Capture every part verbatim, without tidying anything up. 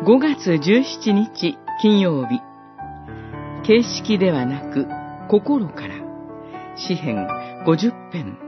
ごがつじゅうしちにち金曜日、形式ではなく心から、詩編ごじゅっぺん。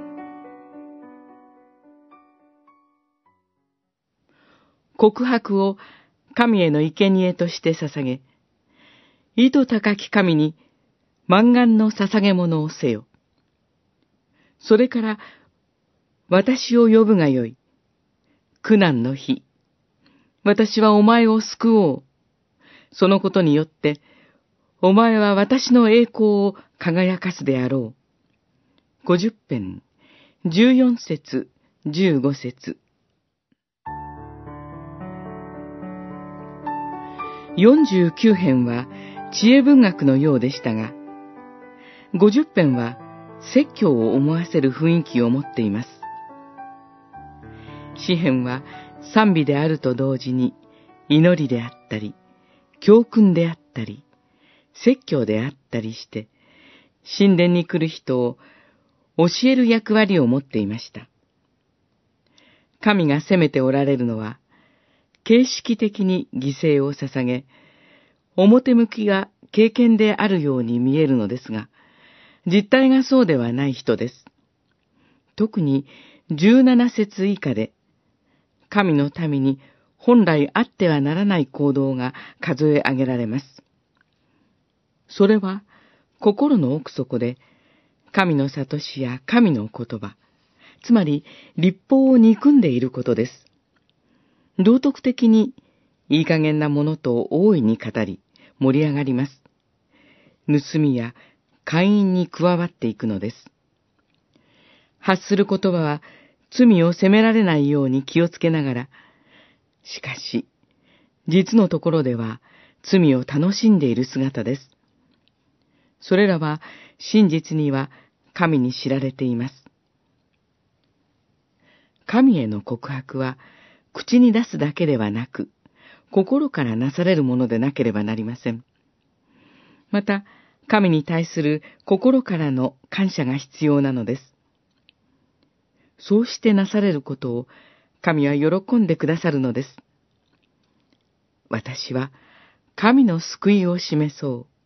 告白を神への生贄として捧げ、意図高き神に満願の捧げ物をせよ。それから私を呼ぶがよい。苦難の日、私はお前を救おう。そのことによって、お前は私の栄光を輝かすであろう。ごじゅっぺん、じゅうよんせつ、じゅうごせつ。よんじゅうきゅうへんは知恵文学のようでしたが、ごじゅっぺんは説教を思わせる雰囲気を持っています。詩編は賛美であると同時に、祈りであったり、教訓であったり、説教であったりして、神殿に来る人を教える役割を持っていました。神が責めておられるのは、形式的に犠牲を捧げ、表向きが敬虔であるように見えるのですが、実態がそうではない人です。特にじゅうななせつ以下で、神の民に本来あってはならない行動が数え上げられます。それは心の奥底で神の諭しや神の言葉、つまり律法を憎んでいることです。道徳的にいい加減なものと大いに語り盛り上がります。盗みや姦淫に加わっていくのです。発する言葉は罪を責められないように気をつけながら、しかし、実のところでは罪を楽しんでいる姿です。それらは真実には神に知られています。神への告白は口に出すだけではなく、心からなされるものでなければなりません。また、神に対する心からの感謝が必要なのです。そうしてなされることを神は喜んでくださるのです。私は神の救いを示そう。